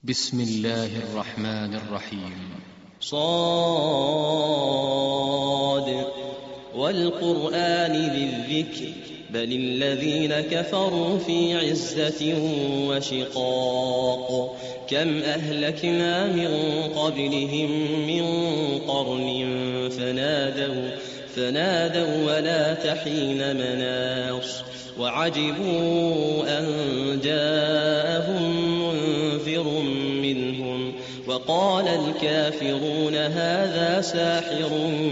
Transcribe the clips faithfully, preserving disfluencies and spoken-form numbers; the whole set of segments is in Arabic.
بسم الله الرحمن الرحيم. صاد والقرآن ذي الذكر بل الذين كفروا في عزة وشقاق كم أهلكنا من قبلهم من قرن فنادوا فنادوا ولا تحين مناص وعجبوا أن جاءهم منذر منهم وقال الكافرون هذا ساحر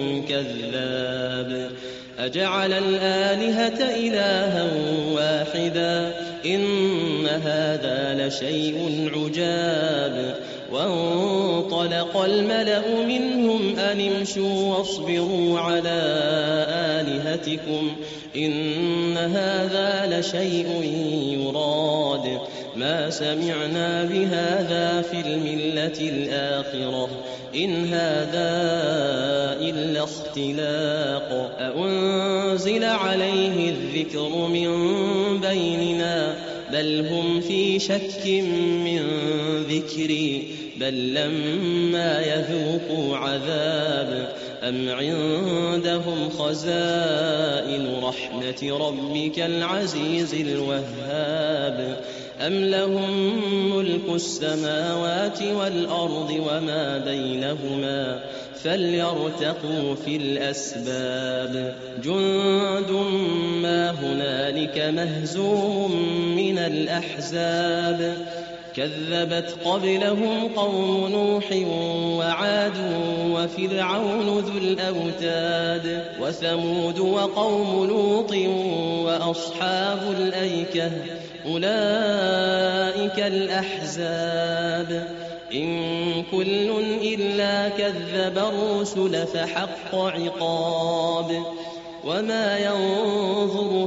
كذاب أجعل الآلهة إلها واحدا إن هذا لشيء عجاب وانطلق الملأ منهم أن امشوا واصبروا على آلهتكم إن هذا لشيء يراد ما سمعنا بهذا في الملة الآخرة إن هذا إلا اختلاق أأنزل عليه الذكر من بيننا بل هم في شك من ذكري بل لما يذوقوا عذاب أم عندهم خزائن رحمة ربك العزيز الوهاب أم لهم ملك السماوات والأرض وما بينهما فليرتقوا في الأسباب جند ما هنالك مهزوم من الأحزاب كذبت قبلهم قوم نوح وعاد وفرعون ذو الأوتاد وثمود وقوم لوط وأصحاب الأيكة أولئك الأحزاب إن كل إلا كذب الرسل فحق عقاب وما ينظر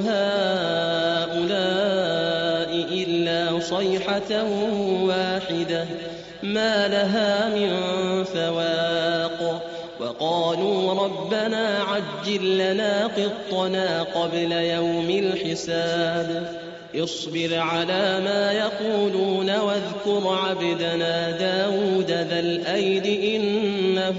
هؤلاء إلا صيحة واحدة ما لها من فواق وقالوا ربنا عجل لنا قطنا قبل يوم الحساب اصبر على ما يقولون واذكر عبدنا داود ذا الأيد إنه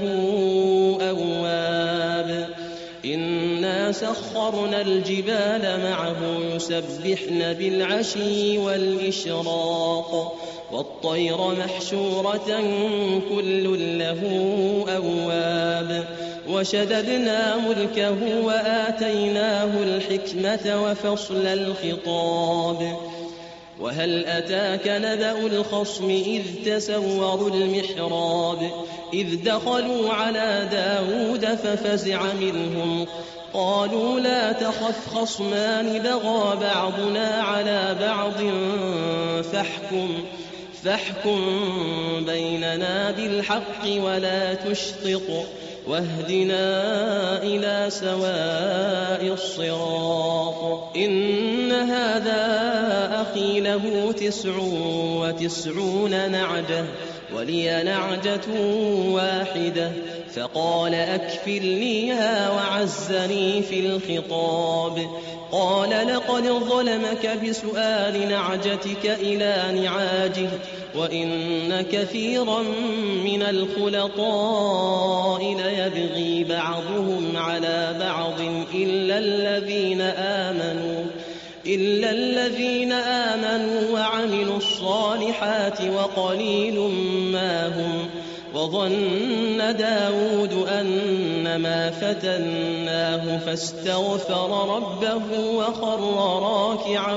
أواب إنا سخرنا الجبال معه يسبحن بالعشي والإشراق والطير محشورة كل له أواب وشددنا ملكه وآتيناه الحكمة وفصل الخطاب وهل أتاك نبأ الخصم إذ تسوروا المحراب إذ دخلوا على داود ففزع منهم قالوا لا تخف خصمان بغى بعضنا على بعض فاحكم فاحكم بيننا بالحق ولا تشطط واهدنا إلى سواء الصراط إن هذا أخي له تسع وتسعون نعجة ولي نعجة واحدة فقال أكفلنيها وعزني في الخطاب قال لقد ظلمك بسؤال نعجتك إلى نعاجه وإن كثيرا من الخلطاء ليبغي بعضهم على بعض إلا الذين آمنوا إلا الذين آمنوا وعملوا الصالحات وقليل ما هم وظن داود أنما فتناه فاستغفر ربه وخر راكعا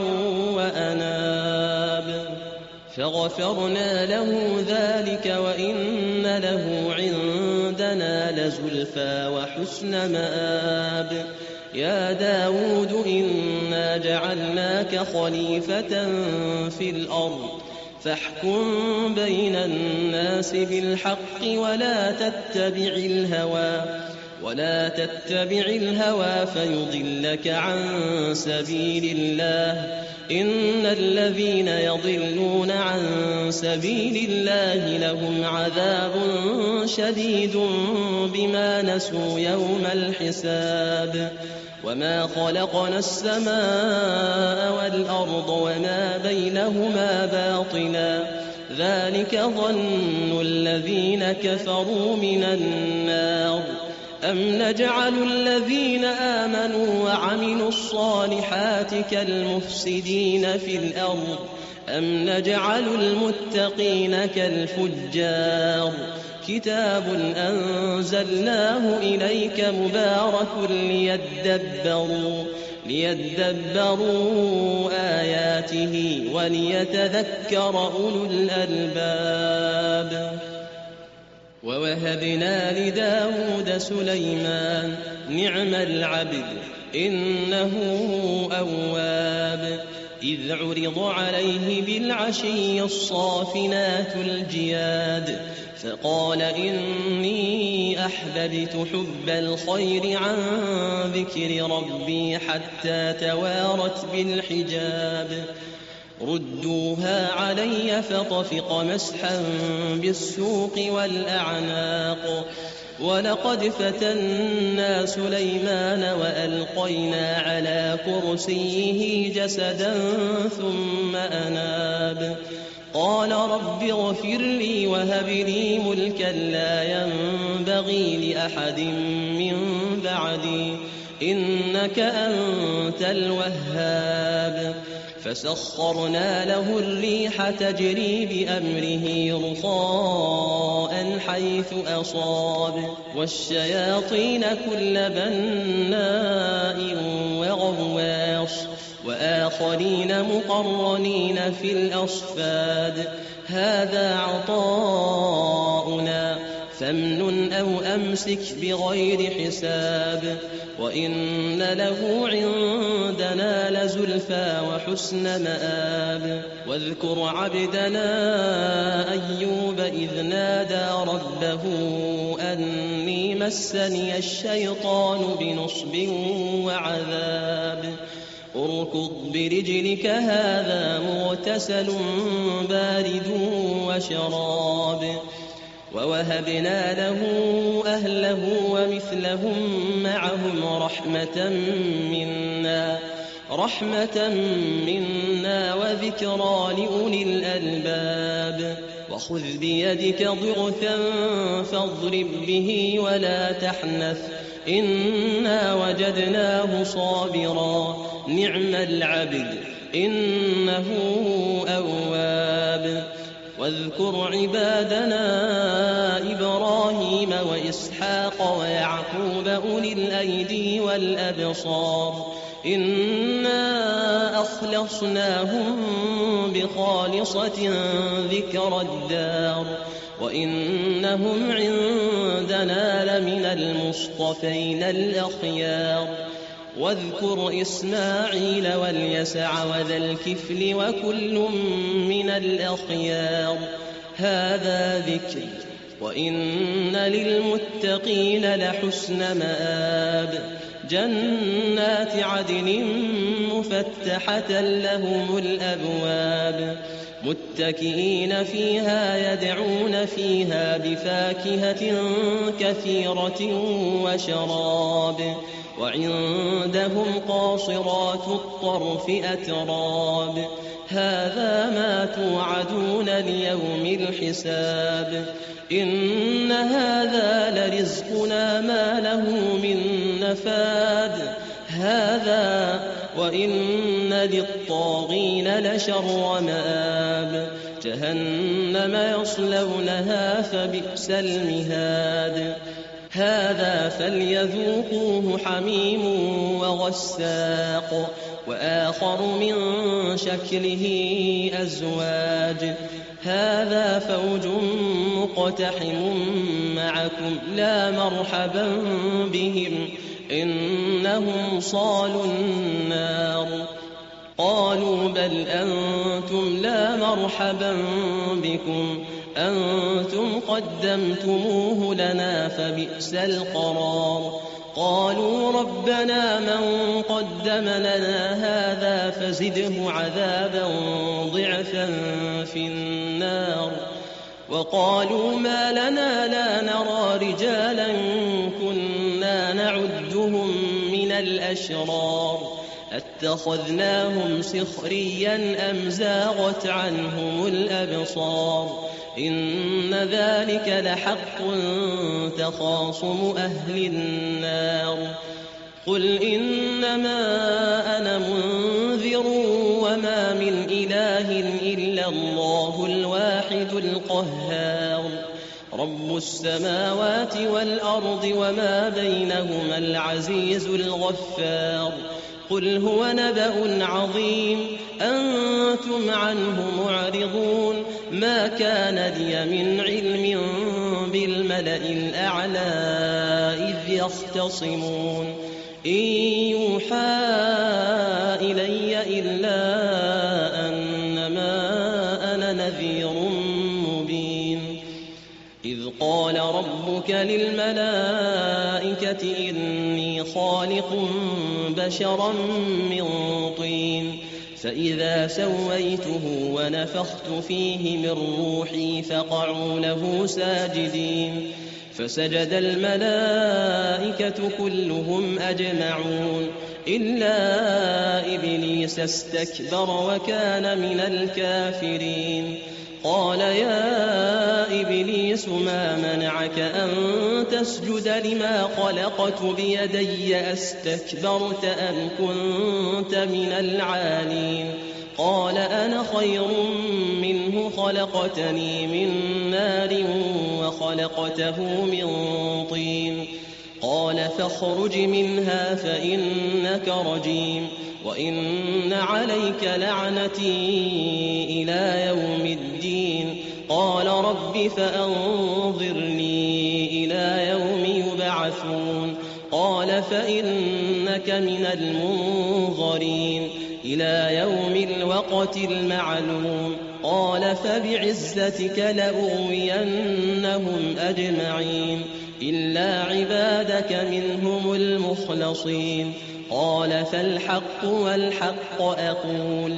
وأناب فغفرنا له ذلك وإن له عندنا لزلفى وحسن مآب يا داود إنا جعلناك خليفة في الأرض فاحكم بين الناس بالحق ولا تتبع الهوى ولا تتبع الهوى فيضلك عن سبيل الله إن الذين يضلون عن سبيل الله لهم عذاب شديد بما نسوا يوم الحساب وما خلقنا السماء والأرض وما بينهما باطلا ذلك ظن الذين كفروا من النار أم نجعل الذين آمنوا وعملوا الصالحات كالمفسدين في الأرض أم نجعل المتقين كالفجار كتاب أنزلناه إليك مبارك ليدبروا ليدبروا آياته وليتذكر أولو الألباب. ووهبنا لداود سليمان نعم العبد إنه أواب إذ عرض عليه بالعشي الصافنات الجياد فقال إني أحببت حب الخير عن ذكر ربي حتى توارت بالحجاب ردوها علي فطفق مسحا بالسوق والأعناق ولقد فتنا سليمان وألقينا على كرسيه جسدا ثم أناب قال رب اغفر لي وهب لي ملكا لا ينبغي لأحد من بعدي إنك أنت الوهاب فسخرنا له الريح تجري بأمره رخاء حيث أصاب والشياطين كل بناء وغواص وآخرين مقرنين في الأصفاد هذا عطاؤنا فامنن أو أمسك بغير حساب وإن له عندنا لزلفى وحسن مآب واذكر عبدنا أيوب إذ نادى ربه أني مسني الشيطان بنصب وعذاب اركض برجلك هذا مغتسل بارد وشراب ووهبنا له أهله ومثلهم معهم رحمة منا رحمة منا وذكرى لأولي الألباب وخذ بيدك ضغثا فاضرب به ولا تحنث إنا وجدناه صابرا نعم العبد إنه أواب واذكر عبادنا إبراهيم وإسحاق ويعقوب أولي الأيدي والأبصار إنا أخلصناهم بخالصة ذكر الدار وإنهم عندنا لمن المصطفين الأخيار واذكر إسماعيل واليسع وذا الكفل وكل من الأخيار هذا ذكر وإن للمتقين لحسن مآب جنات عدن مفتحة لهم الأبواب متكئين فيها يدعون فيها بفاكهة كثيرة وشراب وعندهم قاصرات الطرف أتراب هذا ما توعدون ليوم الحساب إن هذا لرزقنا ما له من نفاد هذا وإن للطاغين لشر مآب جهنم يصلونها فبئس المهاد هذا فليذوقوه حميم وغساق وآخر من شكله أزواج هذا فوج مقتحم معكم لا مرحبا بهم إنهم صالوا النار قالوا بل أنتم لا مرحبا بكم أنتم قدمتموه لنا فبئس القرار قالوا ربنا من قدم لنا هذا فزده عذابا ضعفا في النار وقالوا ما لنا لا نرى رجالا كنا نعدهم من الأشرار أتخذناهم سخريا أم زاغت عنهم الأبصار إن ذلك لحق تخاصم أهل النار قل إنما أنا منذر وما من إله إلا الله الواحد القهار رب السماوات والأرض وما بينهما العزيز الغفار قل هو نبأ عظيم أنتم عنه معرضون ما كان لي من علم بالملأ الأعلى إذ يختصمون إن يوحى إلي إلا أنما أنا نذير مبين إذ قال ربك للملائكة إني خالق بشرا من طين فإذا سويته ونفخت فيه من روحي فقعوا له ساجدين فسجد الملائكة كلهم أجمعون إلا إبليس استكبر وكان من الكافرين قال يا إبليس ما منعك أن تسجد لما خلقت بيدي أستكبرت أم كنت من العالين قال أنا خير منه خلقتني من نار وخلقته من طين قال فاخرج منها فإنك رجيم وإن عليك لعنتي إلى يوم الدين قال رب فأنظرني إلى يوم يبعثون قال فإنك من المنظرين إلى يوم الوقت المعلوم قال فبعزتك لأغوينهم أجمعين إلا عبادك منهم المخلصين قال فالحق والحق أقول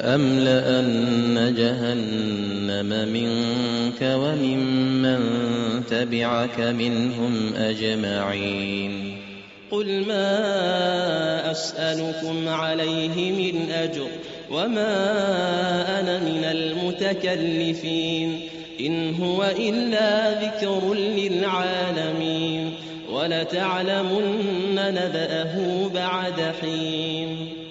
لأملأن جهنم منك وممن تبعك منهم أجمعين قل ما أسألكم عليه من أجر وما أنا من المتكلفين إن هو إلا ذكر للعالمين ولتعلمن نبأه بعد حين